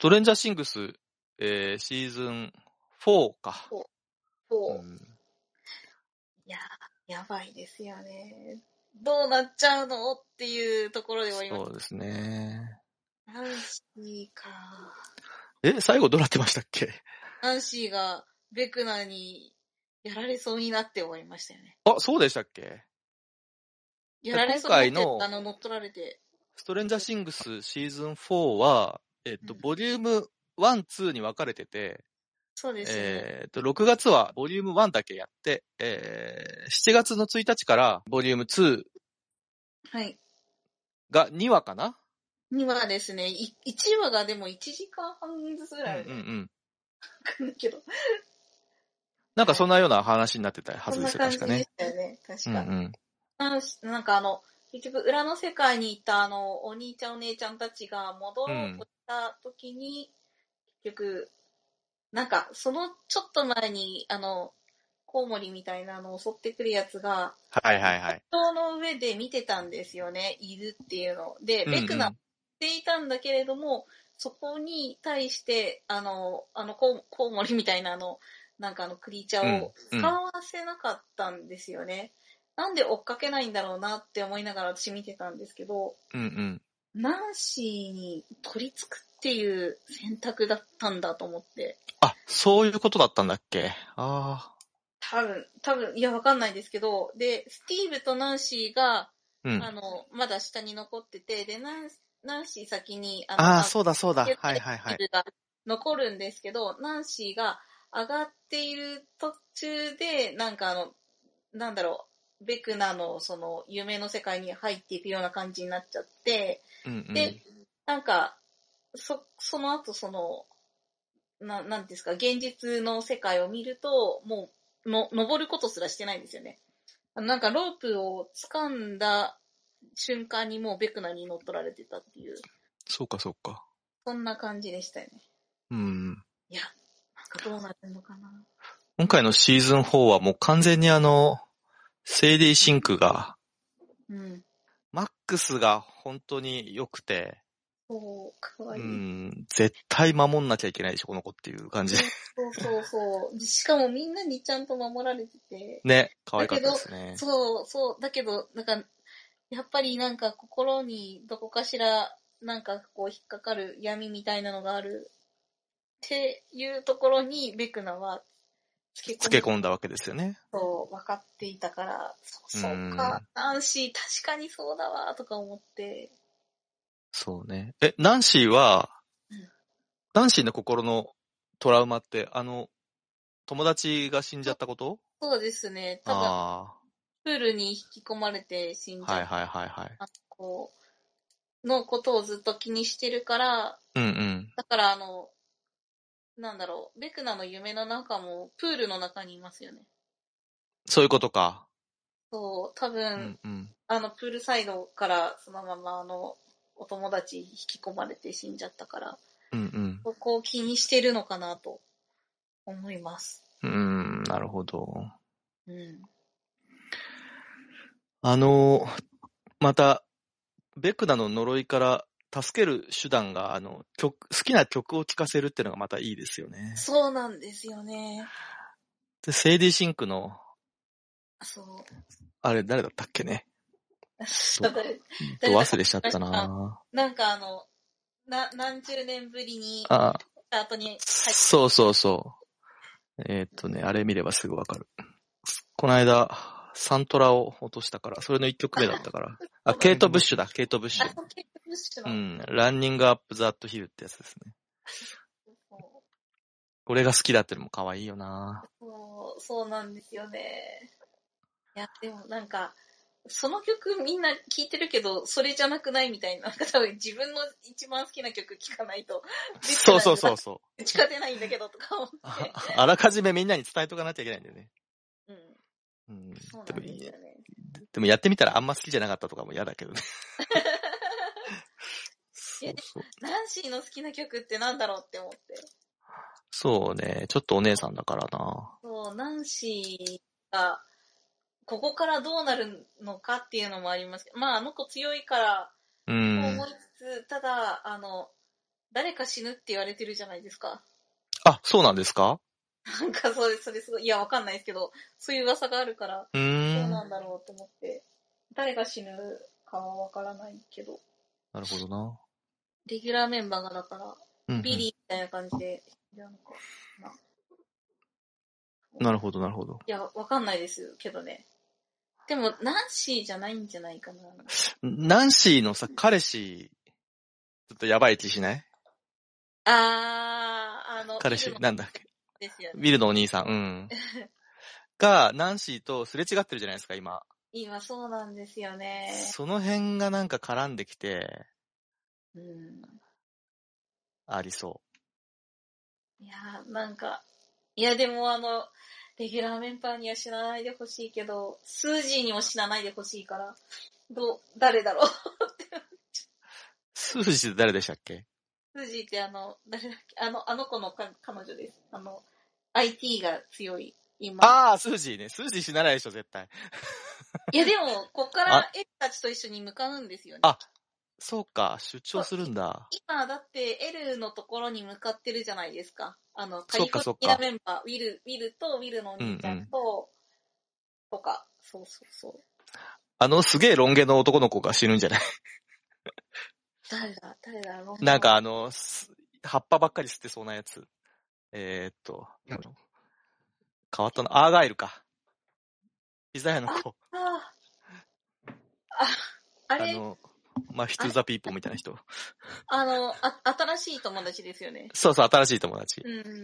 トレンジャーシングス、シーズン4か。 そう。いやー、やばいですよね。どうなっちゃうのっていうところで終わりました。 そうですね。 ナンシーか。 最後どうなってましたっけ？ ナンシーがベクナにやられそうになって終わりましたよね。 あ、そうでしたっけ？ やられそうになって今回の乗っ取られて。 ストレンジャーシングスシーズン4は、ボリューム1、2に分かれてて、 そうですね。 6月はボリューム1だけやって、7月の1日からボリューム2が2話かな？ 2話ですね。1話がでも1時間半ずつぐらいあるね。わかんないけど。 なんかそんなような話になってたはずですよ、確かね。 そんな感じでしたよね。確か。なんか結局裏の世界にいたお兄ちゃんお姉ちゃんたちが戻ろうとした時に、結局、なんかそのちょっと前にコウモリみたいなのを襲ってくるやつが、人の上で見てたんですよね、いるっていうの。で、ベクナっていたんだけれども、そこに対して、コウモリみたいななんかクリーチャーを使わせなかったんですよね。なんで追っかけないんだろうなって思いながら私見てたんですけど、ナンシーに取り付くっていう選択だったんだと思って。 あ、そういうことだったんだっけ？ああ。 多分、いや、わかんないですけど、で、スティーブとナンシーが、まだ下に残ってて、で、ナンシー先に、 そうだ。 が残るんですけど、ナンシーが上がっている途中で、なんかなんだろう、ベクナのその夢の世界に入っていくような感じになっちゃって、で、なんか、その後なんですか、現実の世界を見ると、もう、登ることすらしてないんですよね。なんかロープを掴んだ瞬間にもうベクナに乗っ取られてたっていう。 そうか。 そんな感じでしたよね。いや、なんかどうなるのかな。 今回のシーズン4はもう完全にセイディシンクが、マックスが本当に良くて、 そう、かわいい。 絶対守んなきゃいけないでしょ、この子っていう感じで。 そう。しかもみんなにちゃんと守られてて。 ね、可愛かったですね。 だけど、なんか、やっぱりなんか心にどこかしら、なんかこう引っかかる闇みたいなのがあるっていうところにベクナはつけ込んだわけですよね。 そう、分かっていたから、そうか、ナンシー確かにそうだわ、とか思って。 そうね。ナンシーは、ナンシーの心のトラウマって、友達が死んじゃったこと？ そうですね。多分、プールに引き込まれて死んじゃった。のことをずっと気にしてるから、だからなんだろう、ベクナの夢の中もプールの中にいますよね。 そういうことか。 そう、多分、プールサイドからそのままお友達引き込まれて死んじゃったから、そこを気にしてるのかなと思います。 なるほど。また、ベクナの呪いから助ける手段が、好きな曲を聴かせるっていうのがまたいいですよね。 そうなんですよね。 で、セイディシンクの、あれ誰だったっけね。忘れしちゃったな。 なんか何十年ぶりに、後にそう。あれ見ればすぐわかる。この間、サントラを落としたから、それの1曲目だったから。ケイト・ブッシュだ、ケイト・ブッシュ。ランニングアップ・ザ・ット・ヒルってやつですね。俺が好きだってのも可愛いよな。 そうなんですよね。いや、でもなんか、その曲みんな聴いてるけど、それじゃなくないみたいな。なんか多分自分の一番好きな曲聴かないと。 そう。 打ち勝てないんだけどとか思って。 あらかじめみんなに伝えとかなきゃいけないんだよね。 そうなんですよね。 でもやってみたらあんま好きじゃなかったとかも嫌だけどね。 ナンシーの好きな曲ってなんだろうって思って。 そうね、ちょっとお姉さんだからな。 そう、ナンシーが、ここからどうなるのかっていうのもありますけど、まあ、あの子強いから、と思いつつ、ただ、 誰か死ぬって言われてるじゃないですか。 あ、そうなんですか？ なんかそれすごい、いや、わかんないですけど、そういう噂があるから、どうなんだろうと思って、誰が死ぬかはわからないけど。 なるほどな。 レギュラーメンバーがだから、 うんうん、 ビリーみたいな感じで、なのかな。 なるほど、なるほど。 いや、わかんないですけどね。でも、ナンシーじゃないんじゃないかな。 ナンシーのさ、彼氏、ちょっとやばい気しない？彼氏、なんだっけ。 ですよね。 ビルのお兄さん、うん。が、ナンシーとすれ違ってるじゃないですか、今。 今、そうなんですよね。 その辺がなんか絡んできて、ありそう。 いや、なんか、いや、でもレギュラーメンバーには死なないでほしいけど、スージーにも死なないでほしいから、誰だろうスージーって誰でしたっけ？ スージーって誰だっけ？あの子の彼女です。IT が強い、今。 ああ、スージーね。スージー死なないでしょ、絶対。 いや、でも、こっからエルたちと一緒に向かうんですよね。 あ、そうか、出張するんだ。 今、だって、エルのところに向かってるじゃないですか。カリフォルニアメンバー、ウィルと、ウィルのお兄ちゃんと、とか、そうそうそう。 すげえロン毛の男の子が死ぬんじゃない？ 誰だなんか葉っぱばっかり吸ってそうなやつ。変わったの。アーガイルか。ピザ屋の子。 あれまあ、フィトゥーザピーポーみたいな人。 新しい友達ですよね。 そうそう、新しい友達。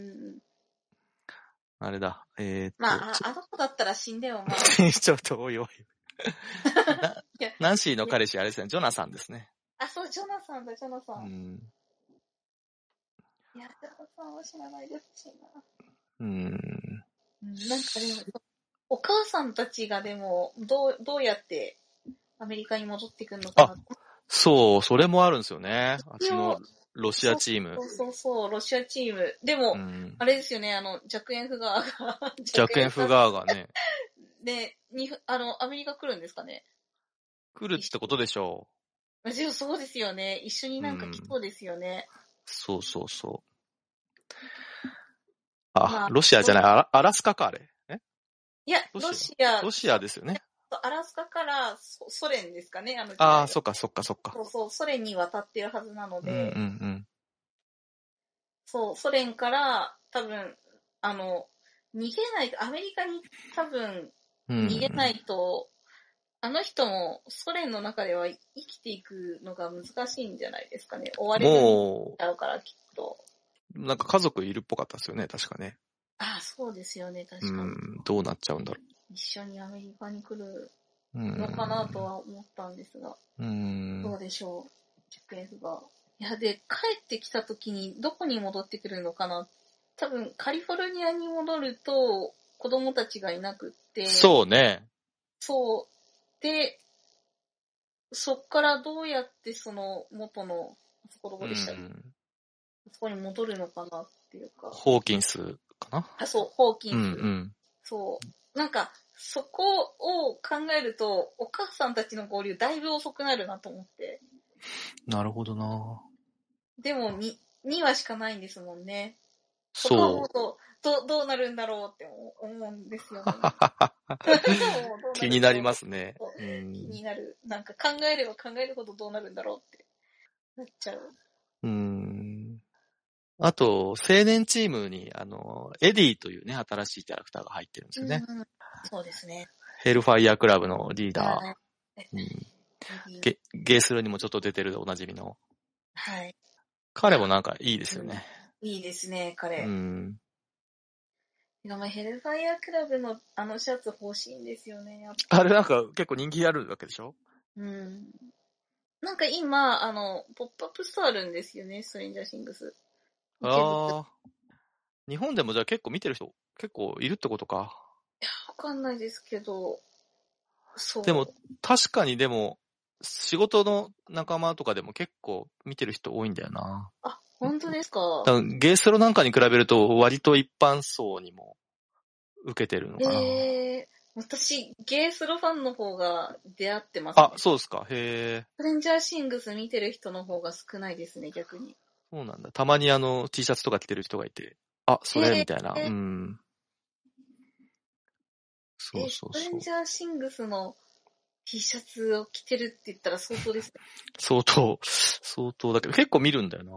あれだ。 まあ、あの子だったら死んでもまあ。 ちょっとおいおい。ナンシーの彼氏あれですね、ジョナサンですね。 あ、そう、ジョナサンだ、ジョナサン。いや、ジョナサンは死なないでほしいな。なんかでも、お母さんたちがでも、どうやってアメリカに戻ってくるのかな。 そう、それもあるんですよね。あっちのロシアチーム。 そう、ロシアチーム。でも、あれですよね、弱縁フガーが。 弱縁フガーがね。 で、アメリカ来るんですかね？ 来るってことでしょう。そうですよね。一緒になんか来そうですよね。 そうそうそう。あ、ロシアじゃない、アラスカか、あれ。 いや、ロシアですよね。 アラスカからソ連ですかね、 ああ、そっか。そう、 ソ連に渡ってるはずなので、そう、ソ連から多分、逃げないと、アメリカに多分、逃げないと、あの人もソ連の中では生きていくのが難しいんじゃないですかね。追われるんだろうから、きっと。 なんか家族いるっぽかったですよね、確かね。 ああ、そうですよね、確かに。 どうなっちゃうんだろう。 一緒にアメリカに来るのかなとは思ったんですが。どうでしょう、JF が。いや、で、帰ってきた時にどこに戻ってくるのかな。多分、カリフォルニアに戻ると、子供たちがいなくって。 そうね。 そう。で、そっからどうやってその元の、そこどこでしたっけ、そこに戻るのかなっていうか。 ホーキンスかな？ あ、そう、ホーキンス。そう。なんか、そこを考えると、お母さんたちの合流だいぶ遅くなるなと思って。 なるほどな。 でも2話しかないんですもんね。 そう。 どうなるんだろうって思うんですよね。 気になりますね。 気になる。なんか考えれば考えるほどどうなるんだろうってなっちゃう。 あと、青年チームに、エディというね、新しいキャラクターが入ってるんですよね。 そうですね。 ヘルファイアークラブのリーダー。ゲースルにもちょっと出てるおなじみの。 はい。 彼もなんかいいですよね。 いいですね、彼。ヘルファイアークラブのシャツ欲しいんですよね。 あれなんか結構人気あるわけでしょ？ なんか今、ポップアップストアあるんですよね、ストレンジャーシングス。 ああ。日本でもじゃあ結構見てる人結構いるってことか。 いや、わかんないですけど、そう。 でも、確かにでも、仕事の仲間とかでも結構見てる人多いんだよな。 あ、本当ですか？ ゲースロなんかに比べると割と一般層にも受けてるのかな。 私、ゲースロファンの方が出会ってます、 ね。あ、そうですか。へえ。 ストレンジャーシングス見てる人の方が少ないですね、逆に。 そうなんだ。たまにT シャツとか着てる人がいて、あ、それみたいな。うん。そうそうストレそう。 ンジャーシングスの T シャツを着てるって言ったら相当ですね。 相当だけど、結構見るんだよな。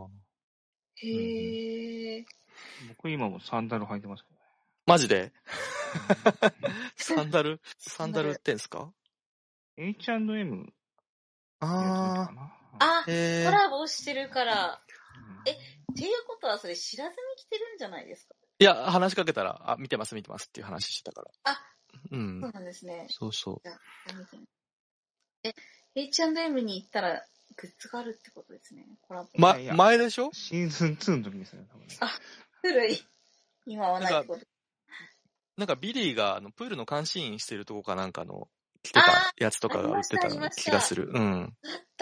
へー。 僕今もサンダル履いてますけどね。 マジでサンダル売ってんすか？ H&M あかー。 な。 コラボしてるから。っていうことはそれ知らずに着てるんじゃないですか？ いや、話しかけたら、あ、見てますっていう話してたから。うん。 そうなんですね。 そうそう。 じゃあ見てみて。H&M に行ったらグッズがあるってことですね。コラボ。 前でしょ？ シーズン2の時ですね、多分ね。 古い。今はないってこと。 なんかビリーがプールの監視員してるとこかなんかの着てたやつとかが売ってた気がする。うん。 あった。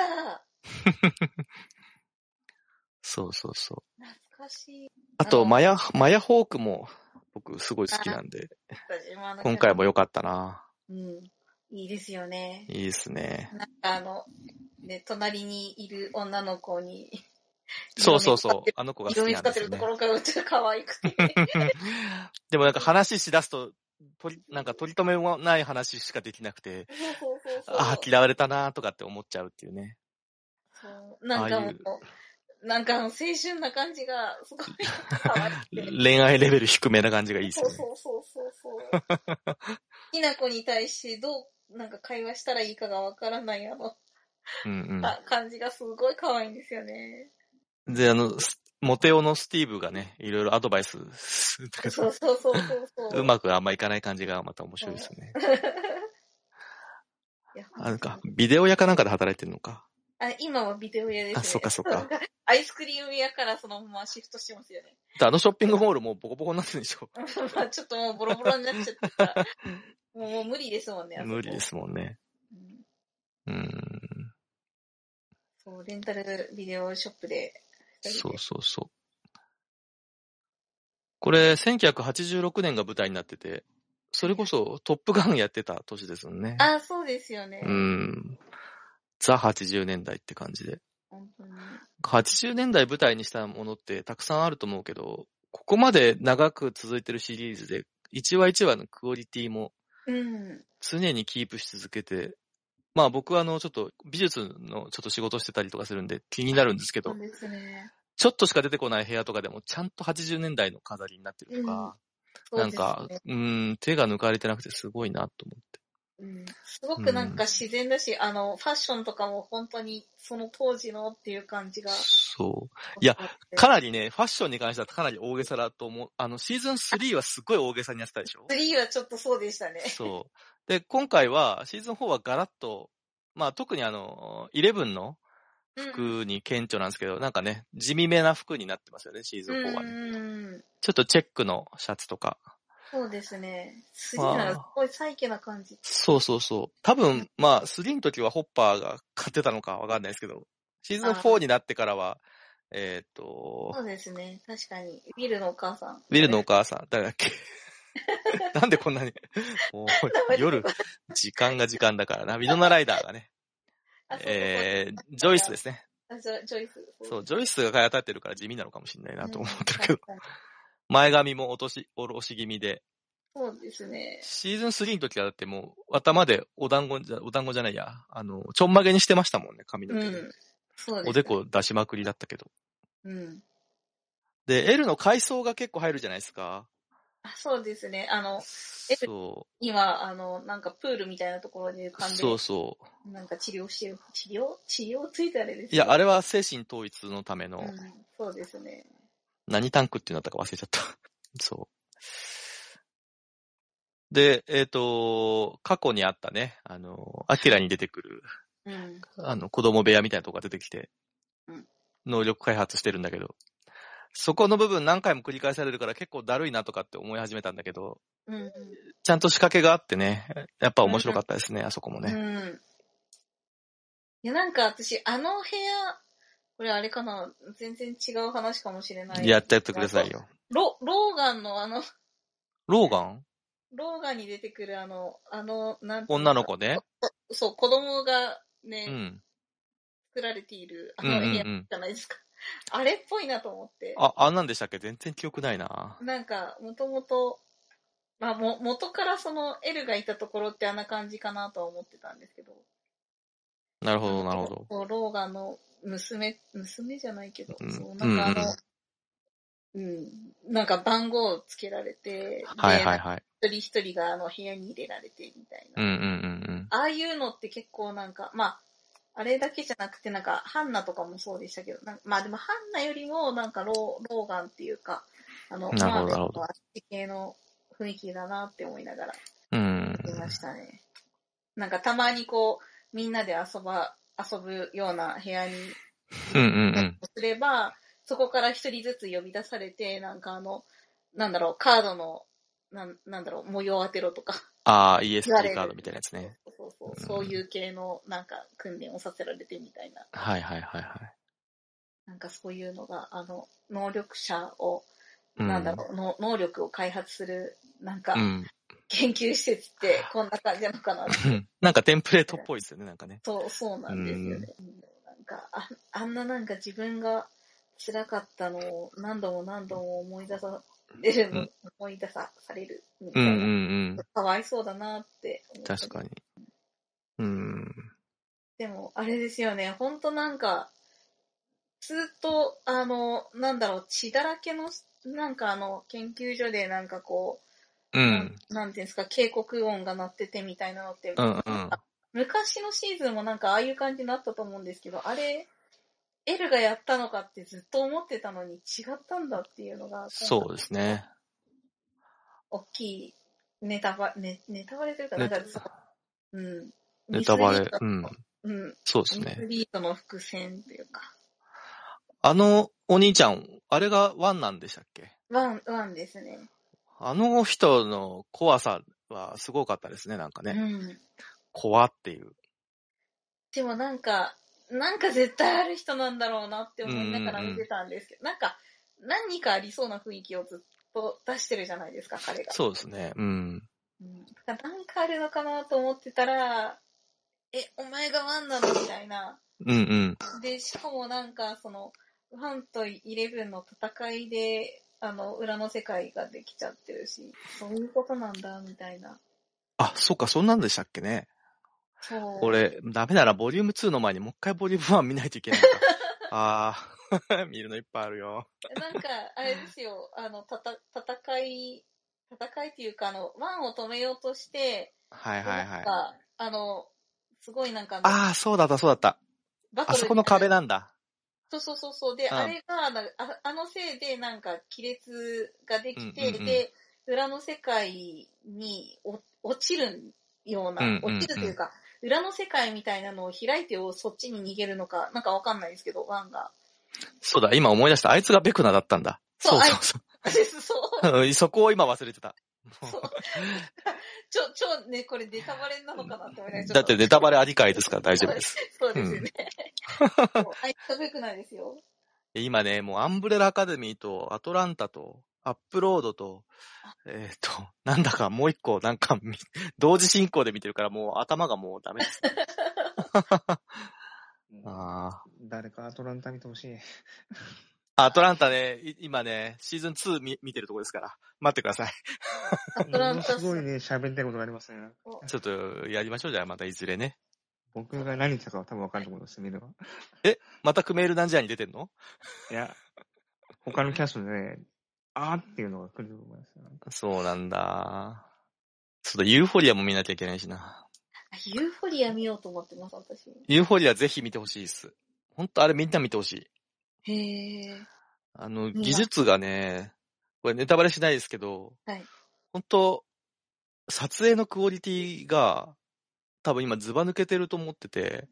そうそうそう。 懐かしい。 あと、マヤホークも僕すごい好きなんで、今回も良かったな。 うん。いいですよね。 いいですね。 なんかね、隣にいる女の子に、 そうそうそう。あの子が好きなんですよね。 色味使ってるところがちょっと可愛くて。 でもなんか話し出すと、なんか取り留めもない話しかできなくて、ああ、嫌われたなとかって思っちゃうっていうね。 そう。なんかもう、なんか青春な感じがすごい可愛くて。 恋愛レベル低めな感じがいいですよね。 そう。きなこに対してどうなんか会話したらいいかがわからない感じがすごい可愛いんですよね。 で、モテオのスティーブがね、いろいろアドバイスするんだけど、うまくあんまいかない感じがまた面白いですよね。なんか、ビデオ屋かなんかで働いてるのか。 今はビデオ屋ですね。 あ、そっかそっか。 アイスクリーム屋からそのままシフトしてますよね。 ショッピングモールもうボコボコになってるでしょ。 ちょっともうボロボロになっちゃったから。もう無理ですもんね。 無理ですもんね。 そう、レンタルビデオショップで。 そうそうそう。これ、1986年が舞台になってて、それこそトップガンやってた年ですよね。 あ、そうですよね。 ザ80年代って感じで。 本当に。 80年代舞台にしたものってたくさんあると思うけど、ここまで長く続いてるシリーズで、一話一話のクオリティも、常にキープし続けて、まあ僕はちょっと美術のちょっと仕事してたりとかするんで気になるんですけど、 そうですね。 ちょっとしか出てこない部屋とかでもちゃんと80年代の飾りになってるとか、なんか、手が抜かれてなくてすごいなと思って。 すごくなんか自然だし、ファッションとかも本当にその当時のっていう感じが。 そう。いや、かなりね、ファッションに関してはかなり大げさだと思う。シーズン3はすごい大げさにやってたでしょ？ 3 はちょっとそうでしたね。 そう。で、今回は、シーズン4はガラッと、まあ特に11の服に顕著なんですけど、なんかね、地味めな服になってますよね、シーズン4はね。ちょっとチェックのシャツとか。 そうですね。3ならすごいサイケな感じ。 そうそうそう。多分、まあ、3の時はホッパーが買ってたのかわかんないですけど、シーズン4になってからは、 そうですね。確かに。ウィルのお母さん。 ウィルのお母さん。誰だっけなんでこんなに、もう、夜、時間が時間だからな。ウィノナライダーがね。ジョイスですね。 ジョイス。 そう、ジョイスが買い当たってるから地味なのかもしれないなと思ってるけど。前髪もおろし気味で。 そうですね。 シーズン3の時はだってもう頭でお団子じゃないや。ちょんまげにしてましたもんね、髪の毛で。 そうですね。 おでこ出しまくりだったけど。で、L の階層が結構入るじゃないですか。 そうですね。 そう。 今、なんかプールみたいなところで浮かんで。 そうそう。 なんか治療してる。治療ついてあれです。 いや、あれは精神統一のための。 そうですね。 何タンクっていうのだったか忘れちゃった。そう。で、過去にあったね、アキラに出てくる、子供部屋みたいなとこが出てきて、能力開発してるんだけど、そこの部分何回も繰り返されるから結構だるいなとかって思い始めたんだけど、ちゃんと仕掛けがあってね、やっぱ面白かったですね、あそこもね。 いや、なんか私、部屋、これあれかな、全然違う話かもしれない。 やってくださいよ。 ローガンのローガン？ ローガンに出てくるなんて女の子ね。 そう、子供がね、作られている部屋じゃないですか。 あれっぽいなと思って。 あんなんでしたっけ？全然記憶ないな。 なんか、もともと、まあ、元からその L がいたところってあんな感じかなとは思ってたんですけど。 なるほど、なるほど。 ローガンの娘じゃないけど、そう、なんかなんか番号をつけられて、 はいはいはい。 一人一人が部屋に入れられてみたいな。ああいうのって結構なんか、まあ、あれだけじゃなくてなんか、ハンナとかもそうでしたけど、まあでもハンナよりもなんかローガンっていうか、マーベルのあっち系の雰囲気だなって思いながら、見ましたね。なんかたまにこう、みんなで遊ぶような部屋に、すれば、そこから一人ずつ呼び出されて、なんかなんだろう、カードの、なんだろう、模様当てろとか。 ESP カードみたいなやつね。 そういう系のなんか訓練をさせられてみたいな。 はいはいはいはい。 なんかそういうのが、能力者を、なんだろう、能力を開発する、なんか、研究施設ってこんな感じなのかなって。 なんかテンプレートっぽいですよね、なんかね。 そうなんですよね。なんか、あんななんか自分が辛かったのを何度も思い出されるみたいな。かわいそうだなって思って。 確かに。 でも、あれですよね、ほんとなんか、ずっと、なんだろう、血だらけの、なんか研究所でなんかこう、なんていうんですか、警告音が鳴っててみたいなのって、昔のシーズンもなんかああいう感じになったと思うんですけど、あれ、L がやったのかってずっと思ってたのに違ったんだっていうのが、 そうですね。 大きいネタバレというか、なんかネタバレ、そうですね。 ミスリードの伏線っていうか。 お兄ちゃん、あれが1なんでしたっけ？ 1ですね。 あの人の怖さはすごかったですね、なんかね。怖っていう。 でもなんか絶対ある人なんだろうなって思いながら見てたんですけど、なんか何かありそうな雰囲気をずっと出してるじゃないですか、彼が。 そうですね。 なんかあるのかなと思ってたら、お前が1なのみたいな。で、しかもなんか1と11の戦いで、裏の世界ができちゃってるし、そういうことなんだ、みたいな。 あ、そっか、そんなんでしたっけね。俺、ダメならボリューム2の前にもう一回ボリューム1見ないといけないのか。見るのいっぱいあるよ。 なんか、あれですよ、戦いっていうか、1を止めようとして、すごいなんかそうだった。あそこの壁なんだ。 そう。で、あれが、あのせいでなんか亀裂ができて、で、裏の世界に落ちるような、落ちるというか、裏の世界みたいなのを開いてそっちに逃げるのか、なんかわかんないですけど、ワンが。 そうだ、今思い出した。あいつがベクナだったんだ。そう。そこを今忘れてた。 ね、これネタバレなのかなって思いました。 だってネタバレありかいですから大丈夫です。 そうですよね。あいつがベクナですよ。 今ね、もうアンブレラアカデミーとアトランタとアップロードと、なんだかもう一個なんか同時進行で見てるからもう頭がもうダメですね。 誰かアトランタ見てほしい。 アトランタね、今ね、シーズン2見てるとこですから、待ってください。 アトランタすごいね、喋りたいことがありますね。 ちょっとやりましょう、じゃあまたいずれね。 僕が何言ったかは多分わかると思います、見れば。 またクメールなんじゃに出てんの？ いや、他のキャストでね、っていうのが来ると思います。 そうなんだ。そうだ、ユーフォリアも見なきゃいけないしな。 ユーフォリア見ようと思ってます、私。 ユーフォリアぜひ見てほしいです。ほんとあれみんな見てほしい。技術がね、これネタバレしないですけど、ほんと、撮影のクオリティが、多分今ズバ抜けてると思ってて、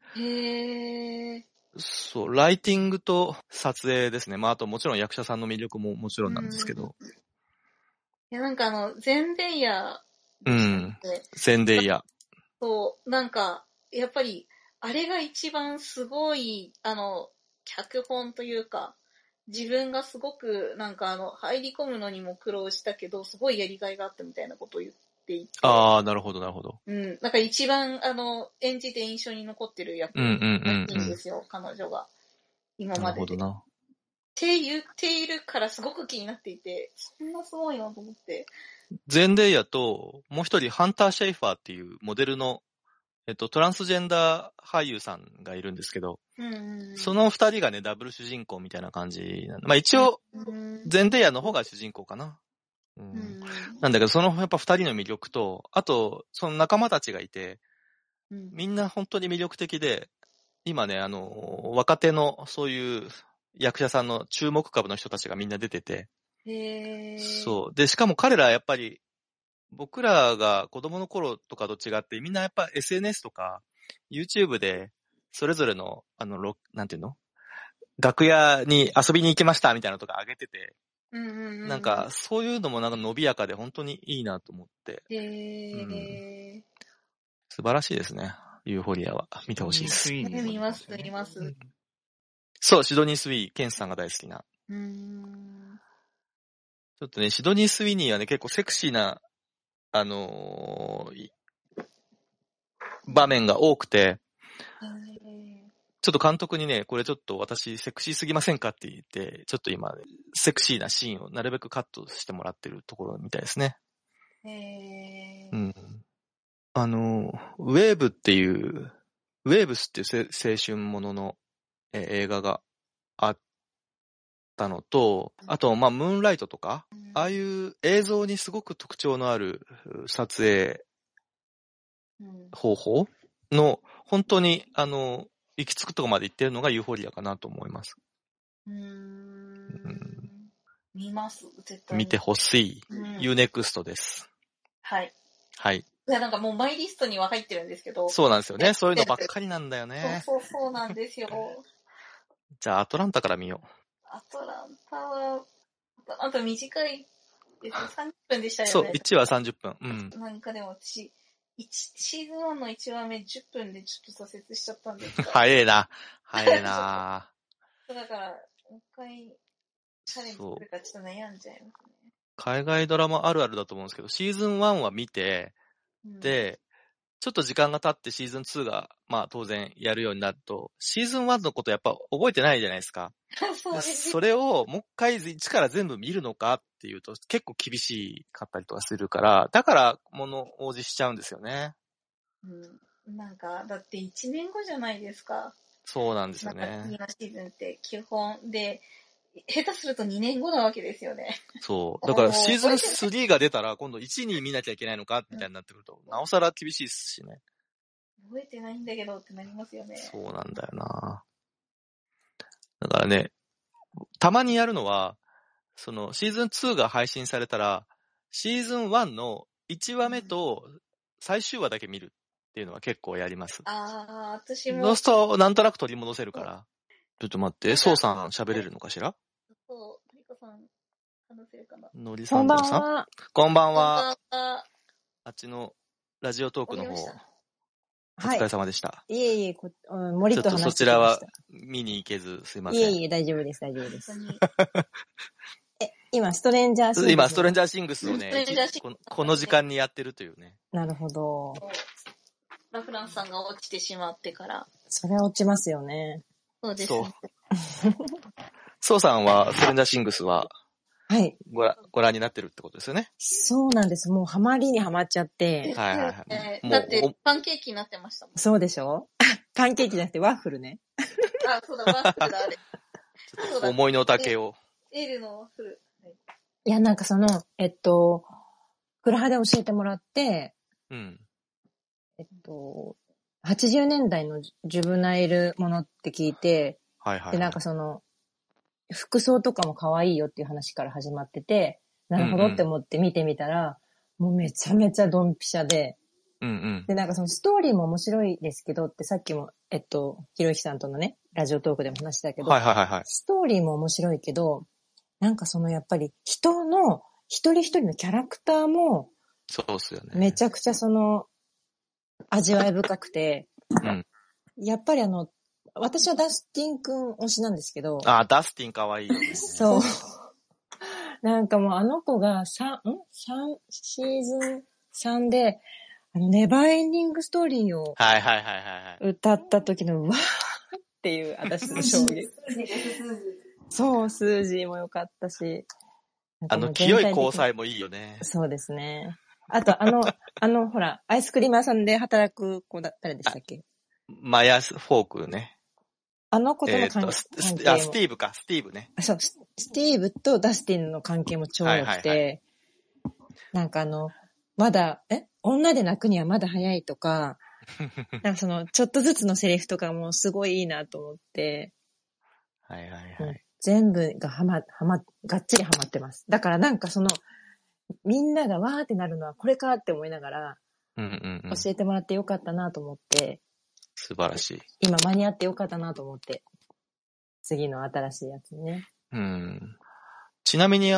そう、ライティングと撮影ですね。まあ、あともちろん役者さんの魅力ももちろんなんですけど。 いや、なんかゼンデイヤ。 ゼンデイヤ。 そう、なんか、やっぱり、あれが一番すごい、脚本というか、自分がすごく、なんか入り込むのにも苦労したけど、すごいやりがいがあったみたいなことを言っていて。 なるほど。 なんか一番、演じて印象に残ってる役らしいんですよ、彼女が。今までで。 なるほどな。 って言っているからすごく気になっていて、そんなすごいなと思って。 ゼンデイヤと、もう一人ハンター・シェイファーっていうモデルの、トランスジェンダー俳優さんがいるんですけど、その二人がね、ダブル主人公みたいな感じなんで。まあ一応、ゼンデイヤの方が主人公かな。なんだけど、そのやっぱ二人の魅力と、あと、その仲間たちがいて、みんな本当に魅力的で、今ね、若手のそういう役者さんの注目株の人たちがみんな出てて、そう。で、しかも彼らやっぱり、僕らが子供の頃とかと違って、みんなやっぱ SNS とか YouTube で、それぞれの、なんていうの？楽屋に遊びに行きましたみたいなのとか上げてて、なんか、そういうのもなんか伸びやかで本当にいいなと思って。素晴らしいですね。ユーフォリアは。見てほしいです。 見ます。 そう、シドニー・スウィー、ケンスさんが大好きな。ちょっとね、シドニー・スウィニーはね、結構セクシーな、場面が多くて、ちょっと監督にね、これちょっと私セクシーすぎませんかって言って、ちょっと今、セクシーなシーンをなるべくカットしてもらってるところみたいですね。ウェーブっていう、ウェーブスっていう青春ものの、映画があったのと、あと、まあ、ムーンライトとか、ああいう映像にすごく特徴のある撮影方法の、本当に、行き着くとこまで行ってるのがユーフォリアかなと思います。 見ます、絶対。 見てほしい。UNEXT です。 はい。 はい。 いや、なんかもうマイリストには入ってるんですけど。 そうなんですよね。そういうのばっかりなんだよね。 そうなんですよ。 じゃあ、アトランタから見よう。 アトランタは、あと短いです。30分でしたよね。 そう、1話30分。 なんかでも私、シーズン1の1話目10分でちょっと挫折しちゃったんです。 早えな。だから、 もう一回、チャレンジするかちょっと悩んじゃいますね。 海外ドラマあるあるだと思うんですけど、シーズン1は見て、で、ちょっと時間が経ってシーズン2が、まあ当然やるようになると、シーズン1のことやっぱ覚えてないじゃないですか。それをもう一回一から全部見るのかっていうと結構厳しかったりとかするから、だから物応じしちゃうんですよね。 なんか、だって1年後じゃないですか。 そうなんですよね。 今シーズンって基本で、下手すると2年後なわけですよね。 そう。だからシーズン3が出たら今度1に見なきゃいけないのかみたいになってくると、なおさら厳しいですしね。 覚えてないんだけどってなりますよね。 そうなんだよな。だからね、たまにやるのは、そのシーズン2が配信されたら、シーズン1の1話目と最終話だけ見るっていうのは結構やります。 私も。 そうするとなんとなく取り戻せるから。ちょっと待って、ソウさん喋れるのかしら？ そう、リコさん話せるかな。 ノリサンドルさん。こんばんは。あっちのラジオトークの方、お疲れ様でした。 いえいえ、森と話してきました。ちょっとそちらは見に行けずすいません。 いえいえ、大丈夫です。今、ストレンジャーシングス。 今、ストレンジャーシングスをね、この時間にやってるというね。 なるほど。 ラフランスさんが落ちてしまってから。 それは落ちますよね。 そうですね。 ソウさんは、ストレンジャーシングスは、 はい。 ご覧になってるってことですよね。 そうなんです。もうハマりにハマっちゃって。 はい。 だって、パンケーキになってましたもん。 そうでしょ？パンケーキじゃなくてワッフルね。 そうだ、ワッフルだ、あれ。 ちょっと思いの丈を。 エールのワッフル。 いや、なんかクラハで教えてもらって、80年代のジュブナイルものって聞いて、で、なんか服装とかも可愛いよっていう話から始まってて、なるほどって思って見てみたら、もうめちゃめちゃドンピシャで、で、なんかストーリーも面白いですけどってさっきも、ひろゆきさんとのね、ラジオトークでも話したけど、ストーリーも面白いけど、なんかやっぱり人の一人一人のキャラクターも、 そうっすよね。 めちゃくちゃ味わい深くて、やっぱり私はダスティン君推しなんですけど。 ダスティンかわいいよね。 そう。なんかもうあの子がシーズン3で、ネバーエンディングストーリーを歌った時のうわーっていう私の衝撃。 そう、スージーも良かったし。 清い交際もいいよね。 そうですね。あと、ほら、アイスクリーム屋さんで働く子誰でしたっけ？ マヤフォークね。 あの子との関係も。 スティーブね。 そう、スティーブとダスティンの関係も超良くて、なんかまだ、女で泣くにはまだ早いとか、なんかちょっとずつのセリフとかもすごいいいなと思って、 はいはいはい。 全部ががっちりハマってます。だからなんかみんながわーってなるのはこれかって思いながら、教えてもらってよかったなと思って、 素晴らしい。 今間に合ってよかったなと思って、次の新しいやつね。 ちなみに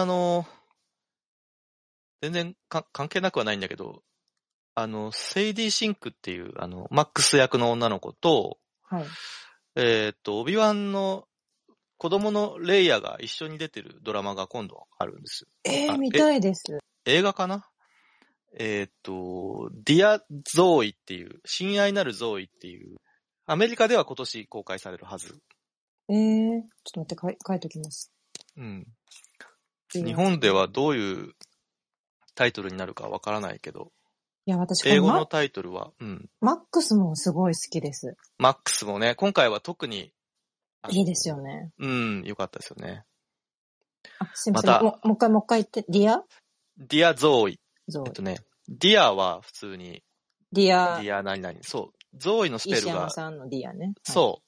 全然関係なくはないんだけど、セイディ・シンクっていう、マックス役の女の子と、 はい。 オビワンの子供のレイヤが一緒に出てるドラマが今度あるんですよ。 見たいです。 映画かな？ディア・ゾーイっていう、親愛なるゾーイっていう、アメリカでは今年公開されるはず。 ちょっと待って、書いときます。 日本ではどういうタイトルになるかわからないけど。 いや、私英語のタイトルは、 マックスもすごい好きです。 マックスもね、今回は特に。 いいですよね。 よかったですよね。 すいません。もう一回言って、ディアゾーイ。ディアは普通に。 ディア何々。そう。ゾーイのスペルが。 石山さんのディアね。 そう。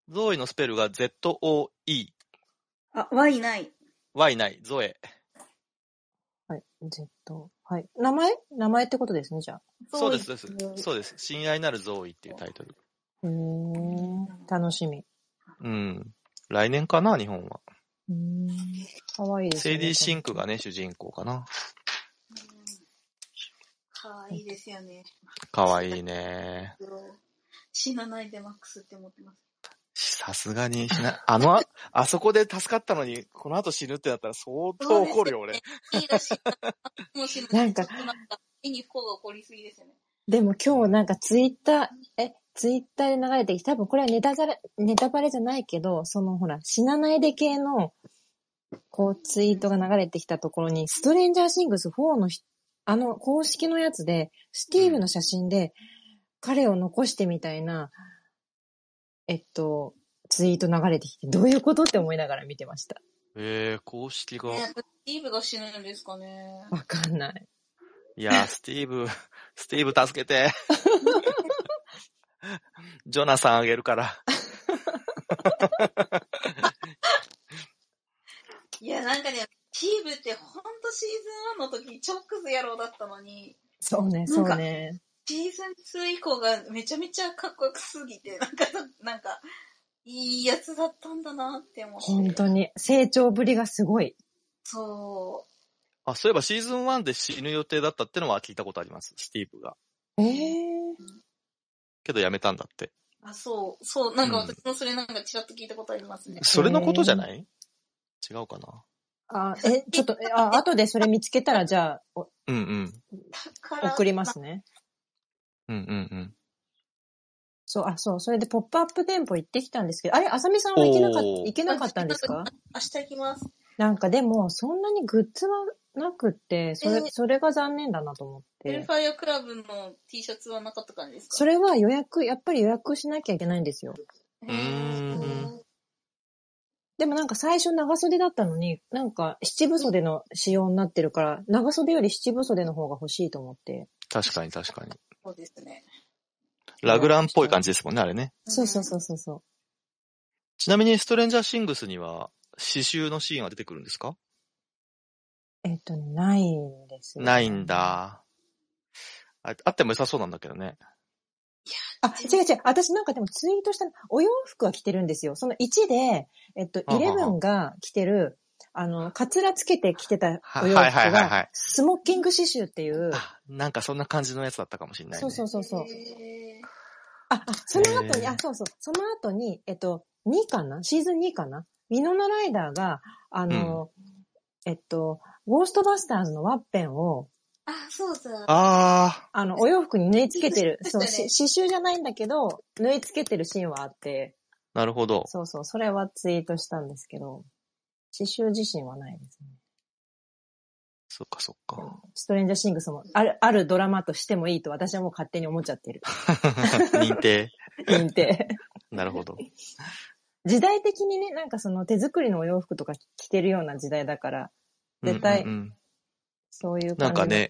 ゾーイのスペルが ZOE。 Y ない。 Y ない。ゾエ。 はい。はい。名前ってことですね、じゃあ。 そうです。そうです。親愛なるゾーイっていうタイトル。 楽しみ。 来年かな、日本は。 かわいいですね。セイディ・シンクがね、主人公かな。 かわいいですよね。 かわいいね。 死なないでマックスって思ってます。 さすがにあそこで助かったのに、この後死ぬってなったら相当怒るよ、俺。 なんか、絵に不幸が起こりすぎですよね。 でも今日なんかツイッターで流れてきて、多分これはネタバレじゃないけど、ほら、死なないで系の、ツイートが流れてきたところに、ストレンジャーシングス4の公式のやつで、スティーブの写真で、彼を残してみたいな、ツイート流れてきて、どういうことって思いながら見てました。 公式が。 スティーブが死ぬんですかね。 わかんない。 いや、スティーブ助けて。ジョナサンあげるから。 いや、なんかね、スティーブってほんとシーズン1の時チョックス野郎だったのに。 そうね。 シーズン2以降がめちゃめちゃかっこよくすぎて、なんか、いいやつだったんだなって思って。 本当に、成長ぶりがすごい。 そう。 そういえばシーズン1で死ぬ予定だったってのは聞いたことあります、スティーブが。けど辞めたんだって。 そう、なんか私もそれなんかちらっと聞いたことありますね。 それのことじゃない？違うかな。ちょっと、後でそれ見つけたら、じゃあ、送りますね。そう、それでポップアップ店舗行ってきたんですけど、あれ、あさみさんは行けなかったんですか？ 明日行きます。 なんかでも、そんなにグッズはなくって、それが残念だなと思って。 エルファイアクラブの T シャツはなかった感じですか？ それはやっぱり予約しなきゃいけないんですよ。でもなんか最初長袖だったのに、なんか七分袖の仕様になってるから、長袖より七分袖の方が欲しいと思って。 確かに。 そうですね。 ラグランっぽい感じですもんね、あれね。 そう。 ちなみにストレンジャーシングスには刺繍のシーンは出てくるんですか？ ないんですよ、ね。 ないんだ。あっても良さそうなんだけどね。 違う。私なんかでもツイートしたお洋服は着てるんですよ。その1で、11が着てる、カツラつけて着てたお洋服が、スモッキング刺繍っていう。 なんかそんな感じのやつだったかもしれないね。 そう。その後に、その後に、2かな？シーズン2かな？ミノナライダーが、ゴーストバスターズのワッペンを、 そう。 お洋服に縫い付けてる。そう、刺繍じゃないんだけど、縫い付けてるシーンはあって。 なるほど。 そうそう、それはツイートしたんですけど、刺繍自身はないですね。 そっかそっか。 ストレンジャーシングスも、あるドラマとしてもいいと私はもう勝手に思っちゃってる。 認定。 認定。 なるほど。 時代的にね、なんかその手作りのお洋服とか着てるような時代だから、絶対、そういう感じ。 なんかね、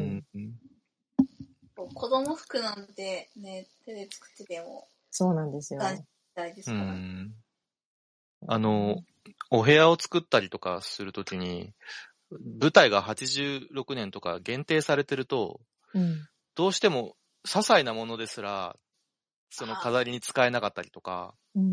子供服なんてね、手で作ってても。 そうなんですよ。 大ですから。 お部屋を作ったりとかするときに、舞台が86年とか限定されてると、どうしても些細なものですら、その飾りに使えなかったりとか。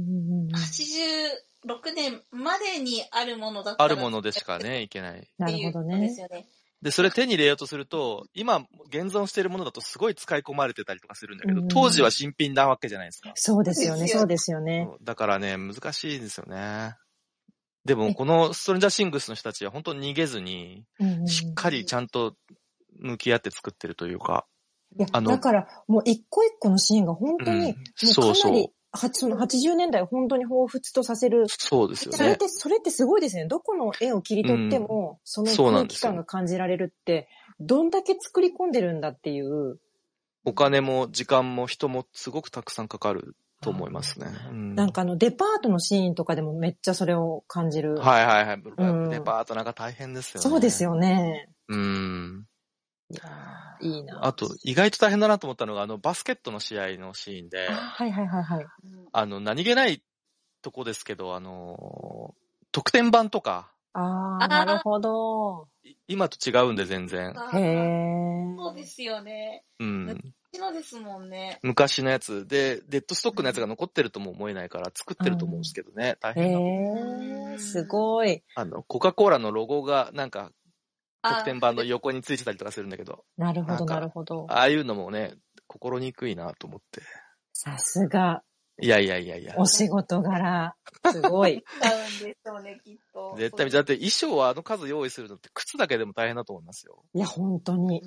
86年までにあるものだったら。 あるものでしかね、いけない。 なるほどね。 で、それ手に入れようとすると、今現存しているものだとすごい使い込まれてたりとかするんだけど、当時は新品なわけじゃないですか。 そうですよね、そうですよね。 だからね、難しいですよね。でも、このストレンジャーシングスの人たちは本当に逃げずに、しっかりちゃんと向き合って作ってるというか。 いや、だから、もう一個一個のシーンが本当に、もうかなり、その80年代を本当に彷彿とさせる。 そうですよね。 それってすごいですね。どこの絵を切り取っても、その空気感が感じられるって、どんだけ作り込んでるんだっていう。 お金も時間も人もすごくたくさんかかると思いますね。 なんかデパートのシーンとかでもめっちゃそれを感じる。 はいはいはい。デパートなんか大変ですよね。 そうですよね。 いやいいな。 あと、意外と大変だなと思ったのが、バスケットの試合のシーンで、 はいはいはいはい。 何気ないとこですけど、特典版とか。 なるほど。 今と違うんで全然。 そうですよね。昔のですもんね。 昔のやつで、デッドストックのやつが残ってるとも思えないから作ってると思うんですけどね。大変だ。すごい。 コカ・コーラのロゴがなんか、特典版の横についてたりとかするんだけど。 なるほど、なるほど。 ああいうのもね、心にくいなと思って。 さすが。 いや。 お仕事柄、すごい。 使うんでしょうね、きっと。 絶対、だって衣装は数用意するのって靴だけでも大変だと思いますよ。 いや、本当に。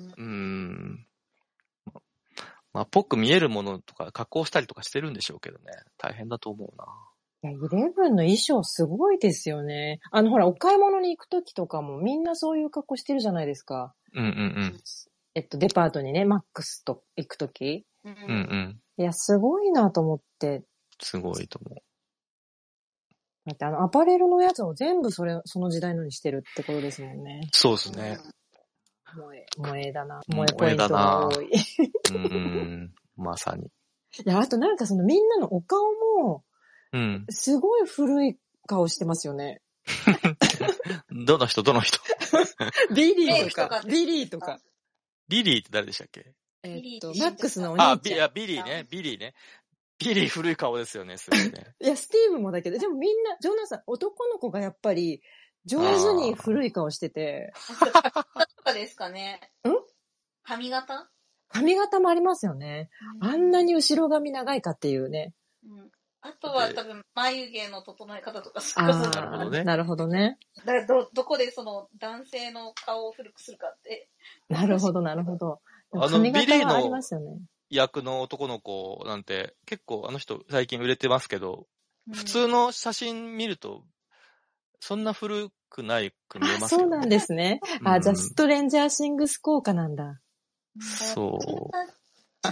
まあ、ぽく見えるものとか加工したりとかしてるんでしょうけどね。大変だと思うな。 いや、イレブンの衣装すごいですよね。ほら、お買い物に行くときとかもみんなそういう格好してるじゃないですか。デパートにね、マックスと行くとき。いや、すごいなと思って。 すごいと思う。 だってアパレルのやつを全部その時代のにしてるってことですもんね。 そうですね。 萌えだな。萌えポイントが多い。 まさに。 いや、あとなんかみんなのお顔も、すごい古い顔してますよね。 どの人ビリーとか。ビリーって誰でしたっけ？ マックスのお兄ちゃん。 ビリーね。ビリー古い顔ですよね、すごいね。 いや、スティーブもだけど、でもみんな、ジョナサン、男の子がやっぱり、上手に古い顔してて。 そうですかね。髪型もありますよね。あんなに後ろ髪長いかっていうね。 あとは多分、眉毛の整え方とかなるほどね。 なるほどね。 だからどこで男性の顔を古くするかって。 なるほど、なるほど。 ビリーの役の男の子なんて、結構あの人最近売れてますけど、普通の写真見ると、そんな古くないく見えますよね。 そうなんですね。じゃあストレンジャーシングス効果なんだ。 そう。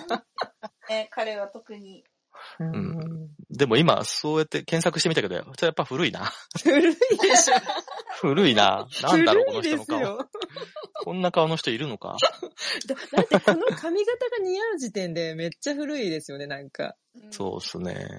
彼は特に。 でも今、そうやって検索してみたけど、やっぱ古いな。 古いでしょ。 古いな。なんだろう、この人の顔。こんな顔の人いるのか。 だってこの髪型が似合う時点でめっちゃ古いですよね、なんか。 そうっすね。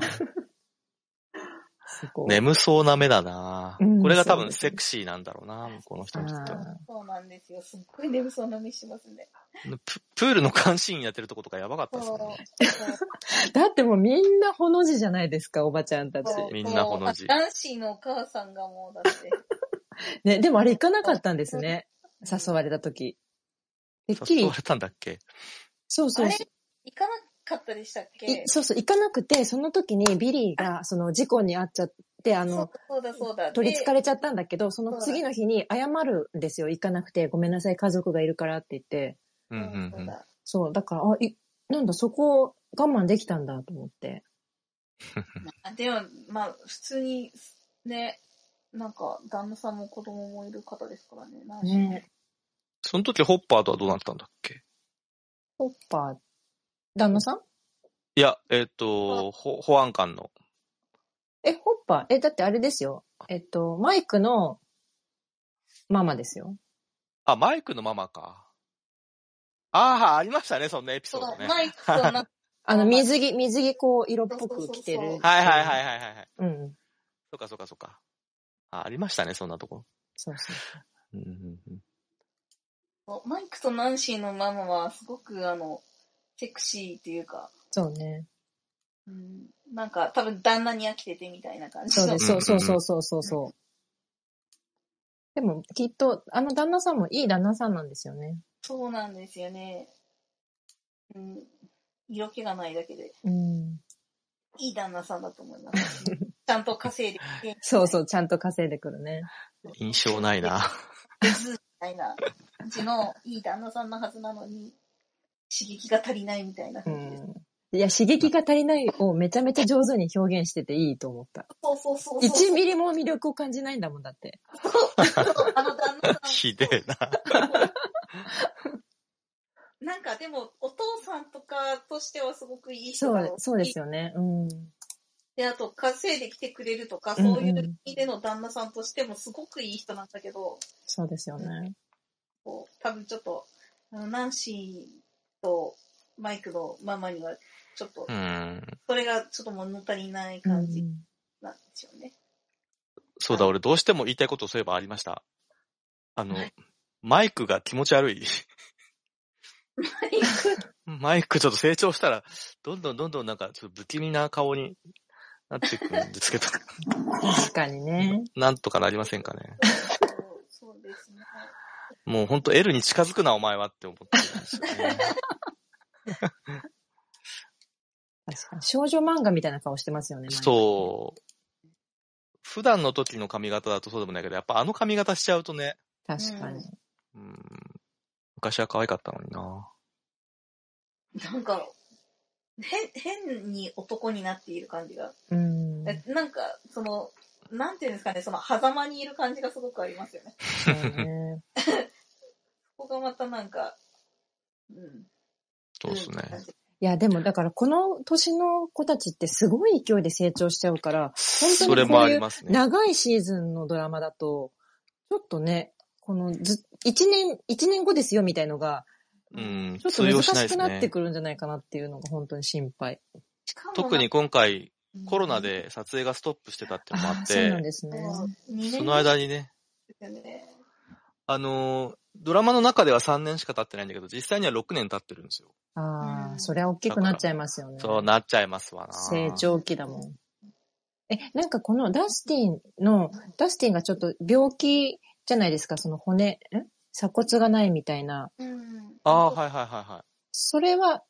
眠そうな目だな、これが多分セクシーなんだろうな、この人にとっては。 そうなんですよ。すっごい眠そうな目しますね。 プールの監視員やってるとことかやばかったですね。 だってもうみんなほの字じゃないですか、おばちゃんたち。 みんなほの字。 男子のお母さんがもうだって。 ね、でもあれ行かなかったんですね。誘われた時。 誘われたんだっけ？ そう。 あれ行かなかったでしたっけ？ そう、行かなくて、その時にビリーが、事故に遭っちゃって、 そうだ。 取り憑かれちゃったんだけど、その次の日に謝るんですよ。行かなくて、ごめんなさい、家族がいるからって言って。そう、だから、なんだ、そこを我慢できたんだと思って。 でも、まあ、普通に、ね、なんか、旦那さんも子供もいる方ですからね。 ね。 その時ホッパーとはどうなったんだっけ？ ホッパー、旦那さん？ いや、保安官の。 ホッパー、だってあれですよ。マイクのママですよ。 あ、マイクのママか。ああ、ありましたね、そんなエピソードね。 マイクと水着こう、色っぽく着てる。 はいはいはいはいはい。 うん。 そっかそっかそっか。ありましたね、そんなとこ。 そうそう。 マイクとナンシーのママはすごくセクシーっていうか。 そうね。 なんか多分旦那に飽きててみたいな感じ。 そうです、そう。でもきっと旦那さんもいい旦那さんなんですよね。 そうなんですよね。色気がないだけで。いい旦那さんだと思います。ちゃんと稼いできて。 そう、ちゃんと稼いでくるね。 印象ないな。 みたいな感じのいい旦那さんのはずなのに、刺激が足りないみたいな感じです。 いや、刺激が足りないをめちゃめちゃ上手に表現してていいと思った。 そう。 1ミリも魅力を感じないんだもんだって。 旦那さん。 ひでえな。 なんかでも、お父さんとかとしてはすごくいい人だろう。 そうですよね。 で、あと、稼いできてくれるとか、そういう意味での旦那さんとしてもすごくいい人なんだけど。 そうですよね。 多分ちょっと、ナンシーとマイクのママには、ちょっと、それがちょっと物足りない感じなんですよね。 そうだ、俺どうしても言いたいことそういえばありました。マイクが気持ち悪い。マイクちょっと成長したら、どんどんなんかちょっと不気味な顔になってくるんですけど。 確かにね。 なんとかなりませんかね。 そうですね。 もうほんと L に近づくなお前はって思ってるんですよね。 確かに。少女漫画みたいな顔してますよね。 そう。普段の時の髪型だとそうでもないけど、やっぱあの髪型しちゃうとね。 確かに。 昔は可愛かったのにな。 なんか、変に男になっている感じが。なんか、なんていうんですかね、狭間にいる感じがすごくありますよね。そこがまたなんか、 そうですね。 いや、でもだからこの年の子たちってすごい勢いで成長しちゃうから、本当にこういう長いシーズンのドラマだと、ちょっとね、一年後ですよみたいのが、ちょっと難しくなってくるんじゃないかなっていうのが本当に心配。 特に今回、コロナで撮影がストップしてたってのもあって、 そうなんですね。 その間にね、ドラマの中では3年しか経ってないんだけど、実際には6年経ってるんですよ。 そりゃ大きくなっちゃいますよね。 そうなっちゃいますわな。 成長期だもん。なんかこのダスティンがちょっと病気じゃないですか、その鎖骨がないみたいな。 はい。 それは、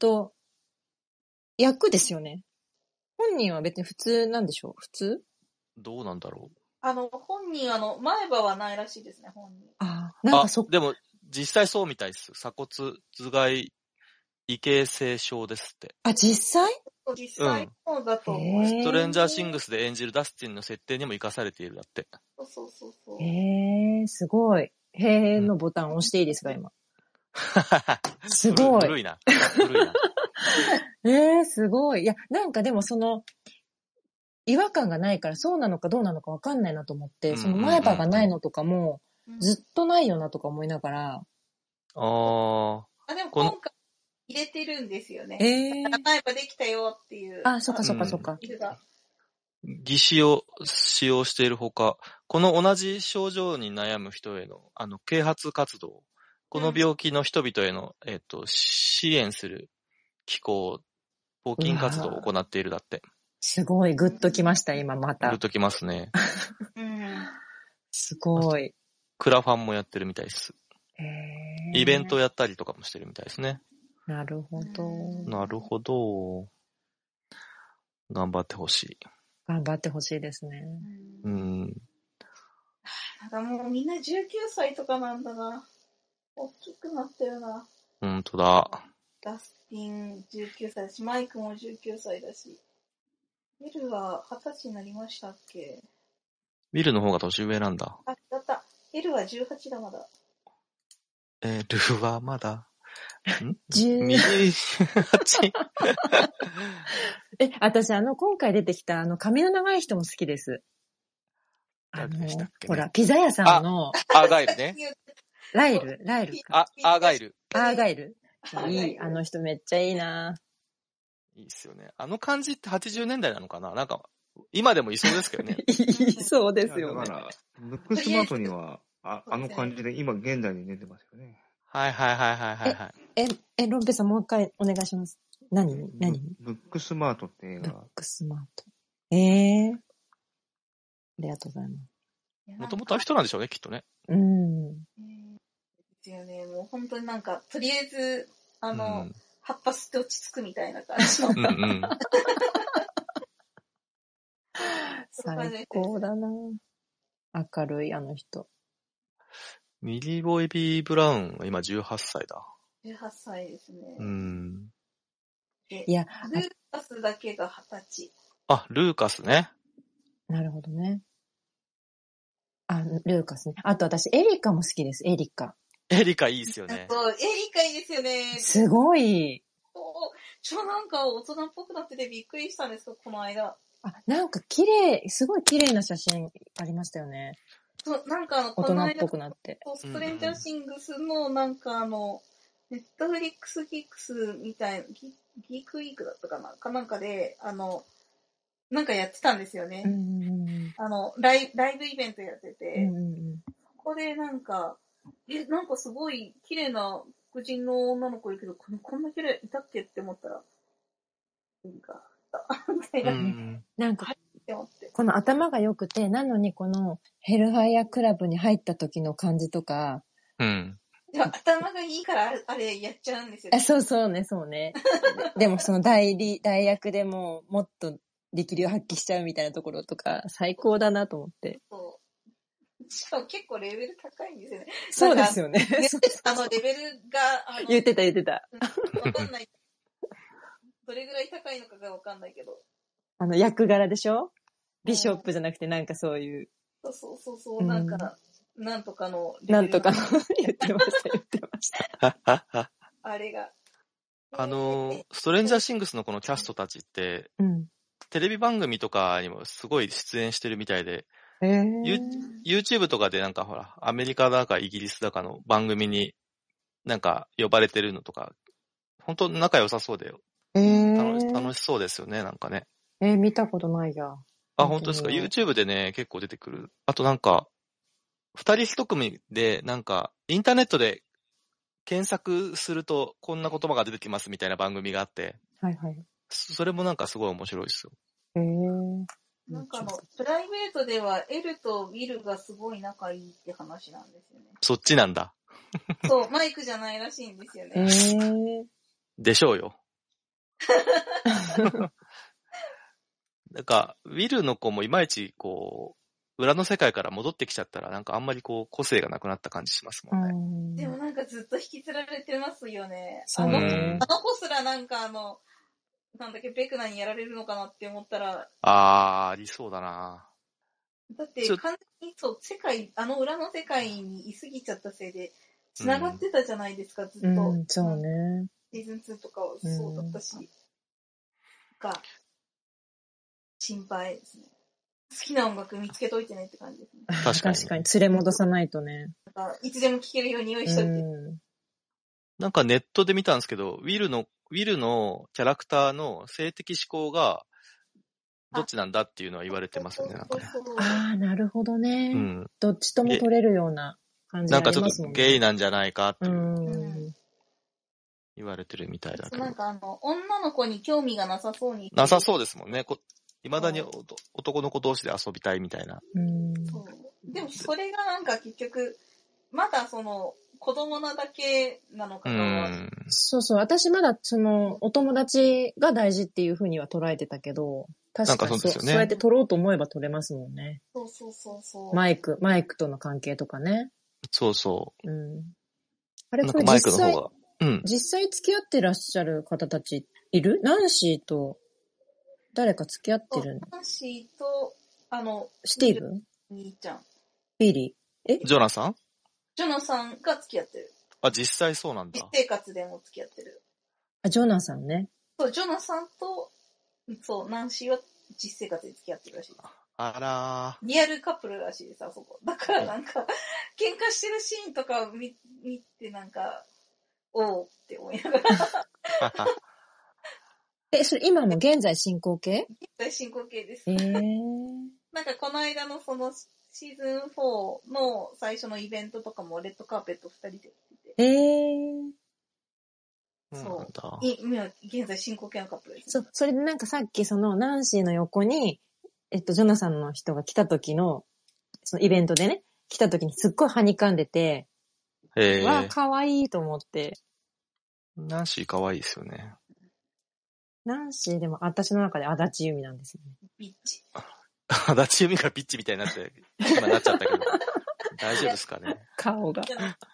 役ですよね。本人は別に普通なんでしょう？普通？ どうなんだろう。 本人前歯はないらしいですね、本人。 なんかでも、実際そうみたいです。鎖骨頭蓋異形成症ですって。 実際そうだと思う。 ストレンジャーシングスで演じるダスティンの設定にも活かされているだって。 そう。 すごい。へーのボタン押していいですか、今。すごい。 古いな。 すごい。いや、なんかでも違和感がないからそうなのかどうなのかわかんないなと思って、その前歯がないのとかも、ずっとないよなとか思いながら。 でも今回入れてるんですよね。前歯できたよっていう。 そっか。 義歯を使用しているほか、この同じ症状に悩む人への、啓発活動、この病気の人々への、支援する機構、募金活動を行っているだって。 すごい、グッときました、今また。 グッときますね。 すごい。 クラファンもやってるみたいです。イベントやったりとかもしてるみたいですね。 なるほど。頑張ってほしい。 頑張ってほしいですね。 なんかもうみんな19歳とかなんだな。大きくなってるな。 ほんとだ。 ダスティン19歳だし、マイクも19歳だし。 ウィルは20歳になりましたっけ？ ウィルの方が年上なんだ。 あ、だった。ウィルは18だ、まだ。 ルはまだ。 18。私今回出てきた髪の長い人も好きです。 誰でしたっけね、 ほら、ピザ屋さんの。 アーガイルね。 ライルか。 アーガイル。 いい、人めっちゃいいな。 いいっすよね。あの感じって80年代なのかな？なんか、今でもいそうですけどね。 いそうですよね。 だから、ブックスマートには、あの感じで今現代に出てますよね。 はい。 ロンペさんもう一回お願いします。何ブックスマートって映画。 ブックスマート。ありがとうございます。 もともとあの人なんでしょうね、きっとね。 ですよね。もう本当になんか、とりあえず、葉っぱ吸って落ち着くみたいな感じの。 最高だな。明るいあの人。 ミリー・ボイビー・ブラウンは今18歳だ。 18歳ですね。 いや、 ルーカスだけが20歳。 あ、ルーカスね。 なるほどね。ルーカスね。あと私、エリカも好きです。エリカいいですよね。 そう、エリカいいですよね。 すごい。 なんか大人っぽくなっててびっくりしたんですよ、この間。 なんかすごい綺麗な写真ありましたよね。 そう、なんか大人っぽくなって。 ストレンジャーシングスのなんかネットフリックスギークスみたいな、ギークウィークだったかななんかで、なんかやってたんですよね。ライブイベントやってて、そこでなんか、なんかすごい綺麗な黒人の女の子いるけど、こんな綺麗いたっけって思ったら、なんか、みたいな。 なんか、この頭が良くて、なのにこのヘルファイアクラブに入った時の感じとか、 頭がいいからあれやっちゃうんですよね。 そうね。でもその大役でもっと力量発揮しちゃうみたいなところとか、最高だなと思って。 そう。しかも結構レベル高いんですよね。 そうですよね。 レベルが、 言ってた。 わかんない。どれぐらい高いのかがわかんないけど。 役柄でしょ？ビショップじゃなくてなんかそういう。 そう、なんか、なんとかのレベル。なんとかの、言ってました。 あれが。 ストレンジャーシングスのこのキャストたちって、テレビ番組とかにもすごい出演してるみたいで、YouTube とかでなんかほら、アメリカだかイギリスだかの番組になんか呼ばれてるのとか、本当仲良さそうで、楽しそうですよね、なんかね。 見たことないや。 本当ですか。YouTube でね、結構出てくる。あとなんか、二人一組で、なんか、インターネットで検索するとこんな言葉が出てきますみたいな番組があって、それもなんかすごい面白いですよ。 なんかプライベートではエルとウィルがすごい仲いいって話なんですよね。 そっちなんだ。 そう、マイクじゃないらしいんですよね。 でしょうよ。なんか、ウィルの子もいまいち、こう、裏の世界から戻ってきちゃったら、なんかあんまりこう、個性がなくなった感じしますもんね。でもなんかずっと引きずられてますよね。 あの子すらなんかなんだっけ、ベクナにやられるのかなって思ったら。 ありそうだな。 だって、完全に世界、裏の世界にいすぎちゃったせいで、繋がってたじゃないですか、ずっと。 そうね。 シーズン2とかはそうだったし。心配ですね。好きな音楽見つけといてねって感じですね。 確かに連れ戻さないとね。 いつでも聴けるように用意しといて。 なんかネットで見たんですけど、ウィルのキャラクターの性的指向がどっちなんだっていうのは言われてますよね。なんかね。 なるほどね。どっちとも取れるような感じありますもんね。 なんかちょっとゲイなんじゃないかっていう言われてるみたいだけど。 なんか女の子に興味がなさそうに。 なさそうですもんね。未だに男の子同士で遊びたいみたいな。 でもそれがなんか結局、まだ子供なだけなのかな。 そう。私まだお友達が大事っていう風には捉えてたけど、確かにそうやって取ろうと思えば取れますもんね。 そう。 マイクとの関係とかね。 そう。 あれこれ実際付き合ってらっしゃる方たちいる？ナンシーと誰か付き合ってるの？ ナンシーと、 スティーブン？ 兄ちゃん。 ビリー？ ジョナサンが付き合ってる。 あ、実際そうなんだ。 実生活でも付き合ってる。 あ、ジョナサンね。 そう、ジョナサンと、そう、ナンシーは実生活で付き合ってるらしい。 あらー。リアルカップルらしいです、あそこ。だからなんか、喧嘩してるシーンとかを見てなんか、おーって思いながら。 それ今も現在進行形？ 現在進行形です。 なんかこの間のそのシーズン4の最初のイベントとかもレッドカーペット2人で来てて。そう。今、現在進行形のカップルです、ね。 そう、それでなんかさっきそのナンシーの横に、ジョナサンの人が来た時の、そのイベントでね、来た時にすっごいはにかんでて、わあ、かわいいと思って。 ナンシーかわいいですよね。 ナンシーでも私の中で足立由美なんですよね。 ビッチ。 足立由美がビッチみたいになって、今なっちゃったけど。大丈夫ですかね。 顔が。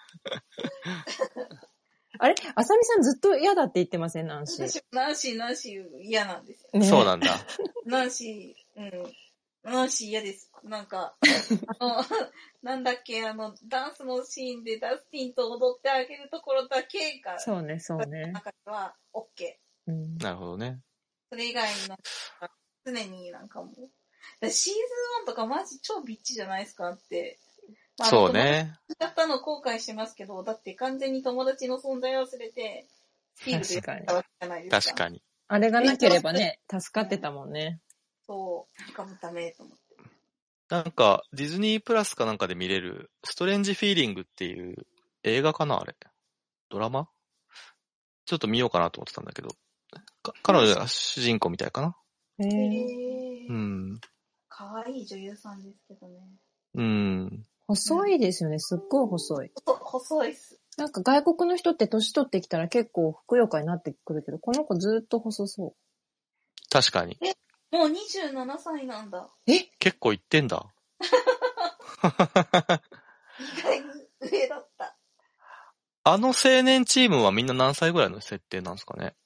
あれあさみさんずっと嫌だって言ってません？ナンシー。 ナンシー嫌なんですよ。 ね、そうなんだ。 ナンシー嫌です。なんか、なんだっけ、ダンスのシーンでダスティンと踊ってあげるところだけが、 そうね、そうね。 中では OK。 なるほどね。それ以外の、常になんかもう、シーズン1とかマジ超ビッチじゃないですかって。 そうね。 やったの後悔しますけど、だって完全に友達の存在を忘れて、スティーブでやったわけじゃないですか。 確かに。 あれがなければね、助かってたもんね。 そう、なんかもうダメと思って。 なんか、ディズニープラスかなんかで見れる、ストレンジフィーリングっていう映画かなあれ。ドラマちょっと見ようかなと思ってたんだけど。彼女が主人公みたいかな。 へうん。 かわいい女優さんですけどね。 うん。 細いですよね。すっごい細い。 細いっす。 なんか外国の人って年取ってきたら結構ふくよかになってくるけど、この子ずっと細そう。 確かに。 もう27歳なんだ。 結構いってんだ。 意外に上だった。 青年チームはみんな何歳ぐらいの設定なんですかね。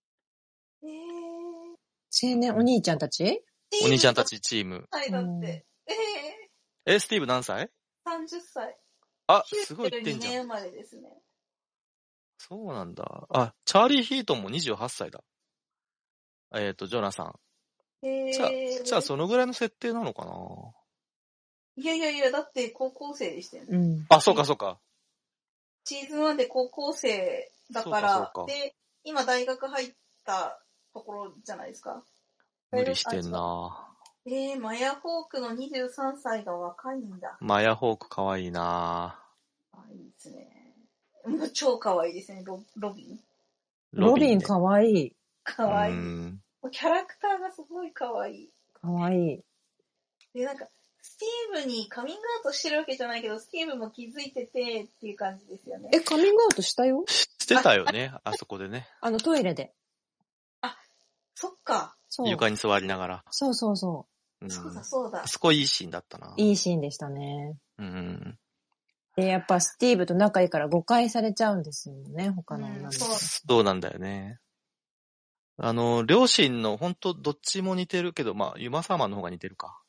青年お兄ちゃんたち？ お兄ちゃんたちチーム。 はい、だって。 スティーブ何歳？ 30 歳。 あ、すごいいってんじゃん。 92年生まれですね。 そうなんだ。あ、チャーリー・ヒートンも28歳だ。ジョナサン。じゃあそのぐらいの設定なのかな？ いや、だって高校生でしたよね。 あ、 そうかそうか。 シーズン1で高校生だから、で、今大学入ったところじゃないですか。 無理してんな。 マヤホークの23歳が若いんだ。 マヤホークかわいいな。 いいですね。もう超かわいいですね、ロビン。 ロビンかわいい。 かわいい。キャラクターがすごいかわいい。 かわいい。 で、なんか、スティーブにカミングアウトしてるわけじゃないけど、スティーブも気づいててっていう感じですよね。 カミングアウトしたよ。 してたよね、あそこでね。 トイレで。 あ、そっか。 床に座りながら。 そうそうそう。そうだ。 あそこいいシーンだったな。 いいシーンでしたね。で、やっぱスティーブと仲いいから誤解されちゃうんですよね、他の女の子。 そうなんだよね。両親の本当どっちも似てるけど、まあ、ユマサーマンの方が似てるか。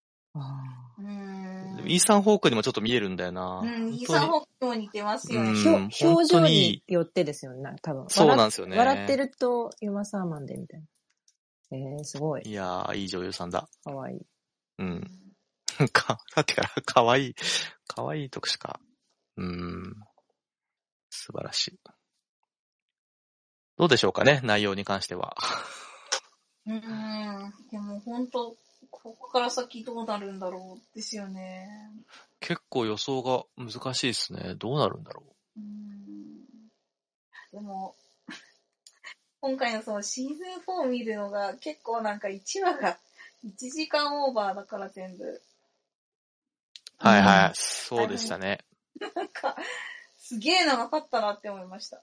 イーサン・ホークにもちょっと見えるんだよな。 イーサン・ホークにも似てますよね。 表情によってですよね、多分。 そうなんですよね。 笑ってるとユマサーマンでみたいな。すごい。 いやー、いい女優さんだ。 かわいい。 だってから、かわいいとこしか。素晴らしい。どうでしょうかね、内容に関しては。 でも本当、ここから先どうなるんだろうですよね。 結構予想が難しいですね。どうなるんだろう。 でも、今回のそのシーズン4を見るのが結構なんか1話が1時間オーバーだから全部。 はいはい、そうでしたね。 なんか、すげえ長かったなって思いました。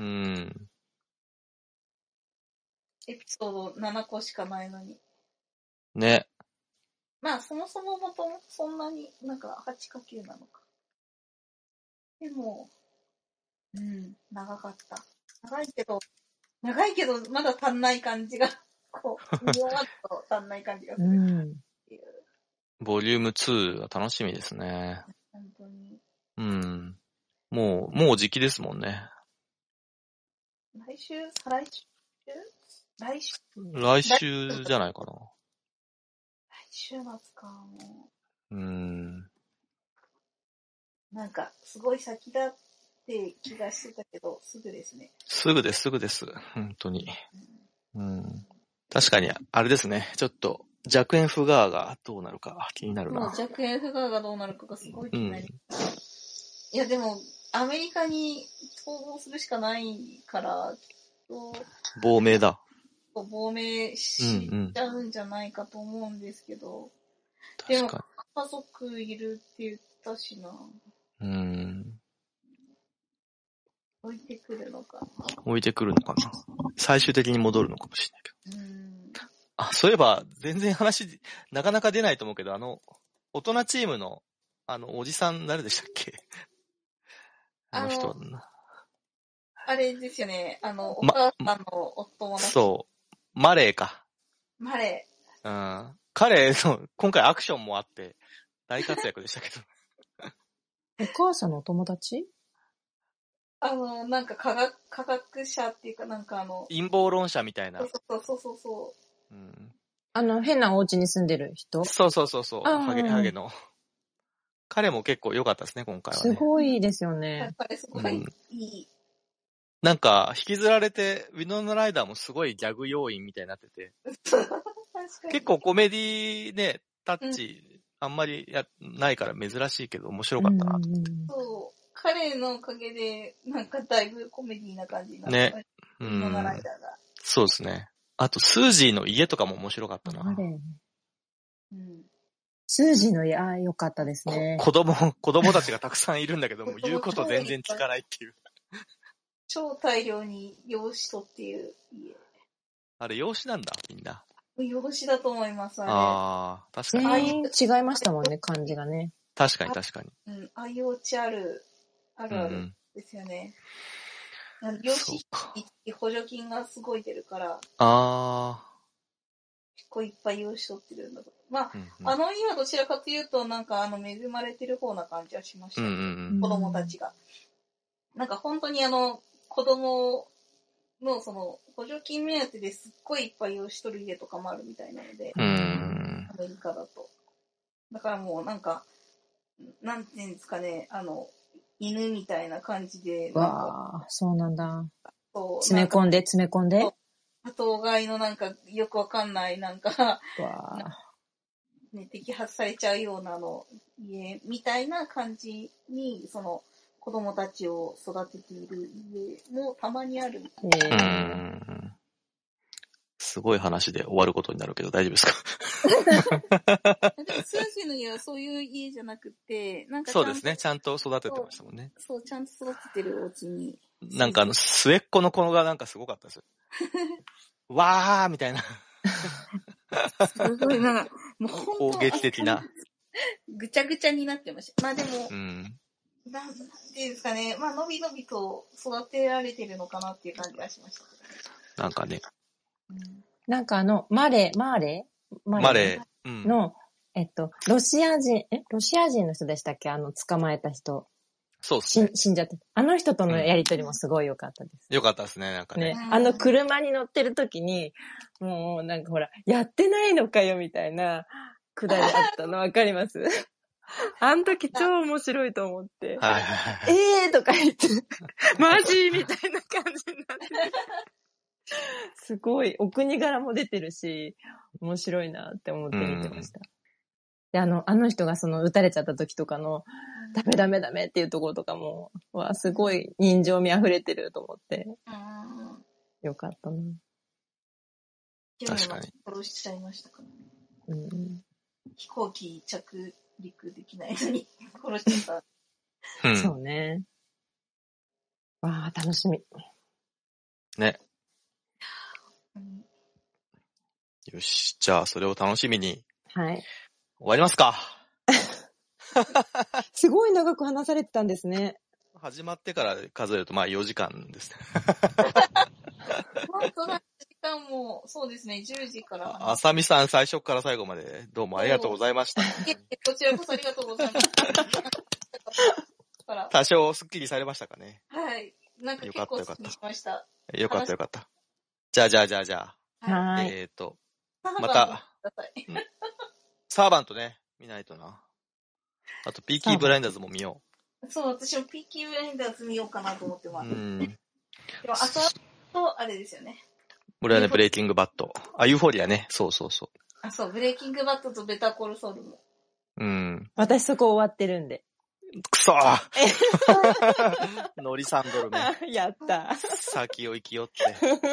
エピソード7個しかないのに。 ね。 まあ、そもそもそんなになんか 8か9なのか。でも、長かった。長いけど、まだ足んない感じが。 こう、にわっと足んない感じがする。 ボリューム2が楽しみですね。 本当に。 もう時期ですもんね。 来週再来週来週じゃないかな。 来週末か、もう。 なんか、すごい先だって気がしてたけど、すぐですね。 すぐです。本当に。確かに、あれですね。ちょっと、弱円フガーがどうなるか気になるな。 弱円フガーがどうなるかがすごい気になります。いや、でも、アメリカに逃亡するしかないから、 亡命だ。 亡命しちゃうんじゃないかと思うんですけど。でも、家族いるって言ったしな。置いてくるのかな。最終的に戻るのかもしれないけど。そういえば、全然話、なかなか出ないと思うけど、大人チームの、おじさん誰でしたっけ？あの人。 あれですよね。お母さんのお友達。 そう。マレーか。 マレー。彼の、今回アクションもあって、大活躍でしたけど。 お母さんのお友達？ なんか科学者っていうかなんか陰謀論者みたいな。 そう。 変なお家に住んでる人？ そう。ハゲの。彼も結構良かったですね、今回はね。 すごいですよね。 やっぱりすごいいい。 なんか、引きずられて、ウィノナライダーもすごいギャグ要員みたいになってて。結構コメディね、タッチ、あんまりないから珍しいけど面白かったなと思って。 そう。彼のおかげで、なんかだいぶコメディな感じになってね。 ウィノナライダーが。 そうですね。あと、スージーの家とかも面白かったな。 スージーの家、良かったですね。 子供たちがたくさんいるんだけども、言うこと全然聞かないっていう。 超大量に養子とっていう家。 あれ養子なんだ、みんな。 養子だと思います、 あれ。確かに。 全員違いましたもんね、感じがね。 確かに。 愛おちあるですよね。養子に補助金がすごい出るから。結構いっぱい養子取ってるんだと。まあ、家はどちらかというと、なんか恵まれてる方な感じはしました、子供たちが。なんか本当に子供のその補助金目当てですっごいいっぱい養子取る家とかもあるみたいなので、アメリカだと。だからもうなんか、なんていうんですかね、犬みたいな感じで。 わあ、そうなんだ。詰め込んで。 後買いのなんかよくわかんないなんかね、摘発されちゃうような家みたいな感じに、その子供たちを育てている家もたまにある。 すごい話で終わることになるけど大丈夫ですか？ でもスージーの家はそういう家じゃなくて、なんかそうですね、ちゃんと育ててましたもんね。 そう、ちゃんと育ててるお家に。 なんか末っ子の子がなんかすごかったですよ。わーみたいな。 すごいなんか、もう本当攻撃的な。 ぐちゃぐちゃになってました。まあでも、なんていうんですかね、まあのびのびと育てられてるのかなっていう感じがしました。 なんかね。 なんかマレーの、ロシア人の人でしたっけ？捕まえた人。 そうですね。 死んじゃって。あの人とのやりとりもすごい良かったです。 良かったですね、なんかね。 車に乗ってる時に、もうなんかほら、やってないのかよみたいなくだりあったのわかります？あの時超面白いと思って。とか言って、マジみたいな感じになって。すごい、お国柄も出てるし、面白いなって思って見てました。で、あの人が撃たれちゃった時とかの、ダメっていうところとかも、すごい人情味溢れてると思って。よかったな。 確かに。 殺しちゃいましたからね。飛行機着陸できないのに殺しちゃった。 そうね。楽しみ。 ね。よし、じゃあそれを楽しみに。 はい。 終わりますか。 すごい長く話されてたんですね。 始まってから数えると4時間ですね。 本当だ、1時間も、そうですね、10時から。 あさみさん、最初から最後まで、どうもありがとうございました。 こちらこそありがとうございました。 多少スッキリされましたかね。 はい。なんか結構スッキリしました。 よかったよかった。じゃあ。 はい。 また、サーバントね、見ないとな。あと、ピーキーブラインダーズも見よう。そう、私もピーキーブラインダーズ見ようかなと思ってます。でも、あと、あれですよね。 俺はね、ブレイキングバット。ユーフォリアね。そう。 そう、ブレイキングバットとベターコールソウルも。 私そこ終わってるんで。 くそーノリサンドルね。 やった。 先を生きよって。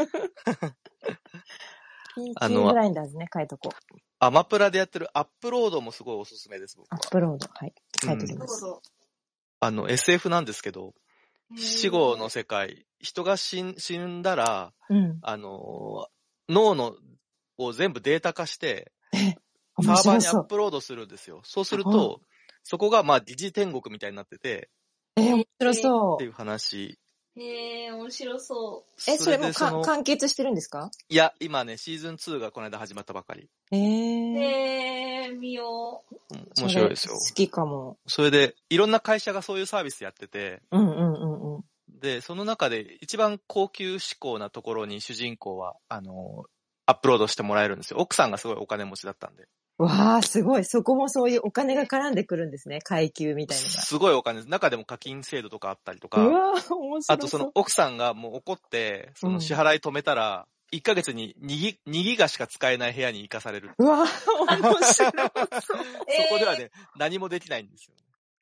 ピーキーブラインダーズね、書いとこう。 アマプラでやってるアップロードもすごいおすすめです、僕は。 アップロード、はい。書いておきます。 SF なんですけど、死後の世界、人が死んだら、脳を全部データ化して、サーバーにアップロードするんですよ。そうすると、そこが疑似天国みたいになってて、 面白そう。 っていう話。 面白そう。 それも完結してるんですか？ いや、今ね、シーズン2がこの間始まったばかり。 見よう。 面白いですよ。 好きかも。 それで、いろんな会社がそういうサービスやってて、で、その中で一番高級志向なところに主人公は、アップロードしてもらえるんですよ。奥さんがすごいお金持ちだったんで。 わあ、すごい。そこもそういうお金が絡んでくるんですね。階級みたいなのが。 すごいお金です。中でも課金制度とかあったりとか。 うわー、面白そう。 あとその奥さんがもう怒って、その支払い止めたら、1ヶ月に2ギガしか使えない部屋に行かされる。 うわー、面白そう。そこではね、何もできないんですよ。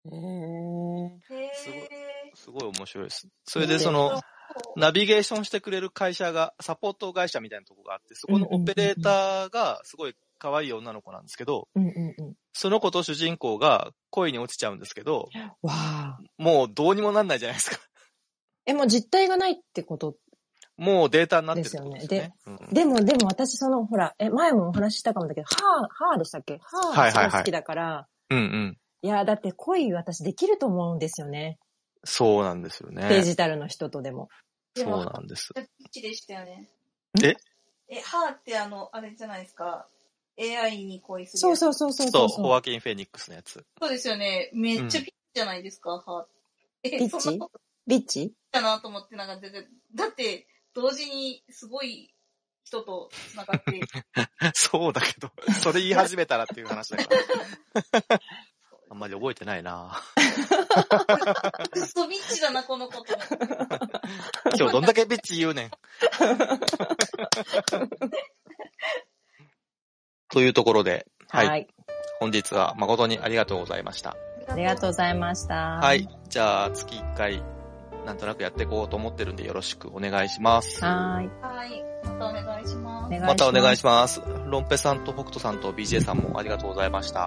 すごい面白いです。それでナビゲーションしてくれる会社が、サポート会社みたいなとこがあって、そこのオペレーターがすごい可愛い女の子なんですけど、その子と主人公が恋に落ちちゃうんですけど、もうどうにもなんないじゃないですか。 もう実体がないってこともうデータになってるってことですよね。 でも私ほら、前もお話ししたかもだけど、ハーでしたっけ？ハーが好きだから、いや、だって恋私できると思うんですよね。 そうなんですよね。 デジタルの人とでも。 そうなんです。 ピッチでしたよね。 ハーってあれじゃないですか。AI に恋する。 そう。 ホワキン・フェニックスのやつ。 そうですよね。めっちゃピッチじゃないですか、ハー。 ビッチだなと思ってだって、同時にすごい人と繋がって。 そうだけど、それ言い始めたらっていう話だから。あんまり覚えてないなクソビッチだな、この子と。 今日どんだけビッチ言うねん。というところで、はい。本日は誠にありがとうございました。 ありがとうございました。 はい。じゃあ、月1回、なんとなくやっていこうと思ってるんでよろしくお願いします。 はい。またお願いします。 またお願いします。ロンペさんと北斗さんと BJ さんもありがとうございました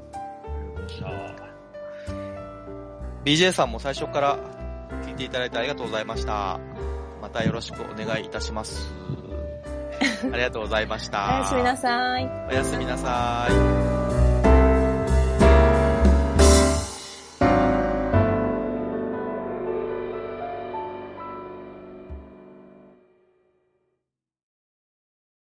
。BJ さんも最初から聞いていただいてありがとうございました。またよろしくお願いいたします。ありがとうございました。 おやすみなさい。 おやすみなさい。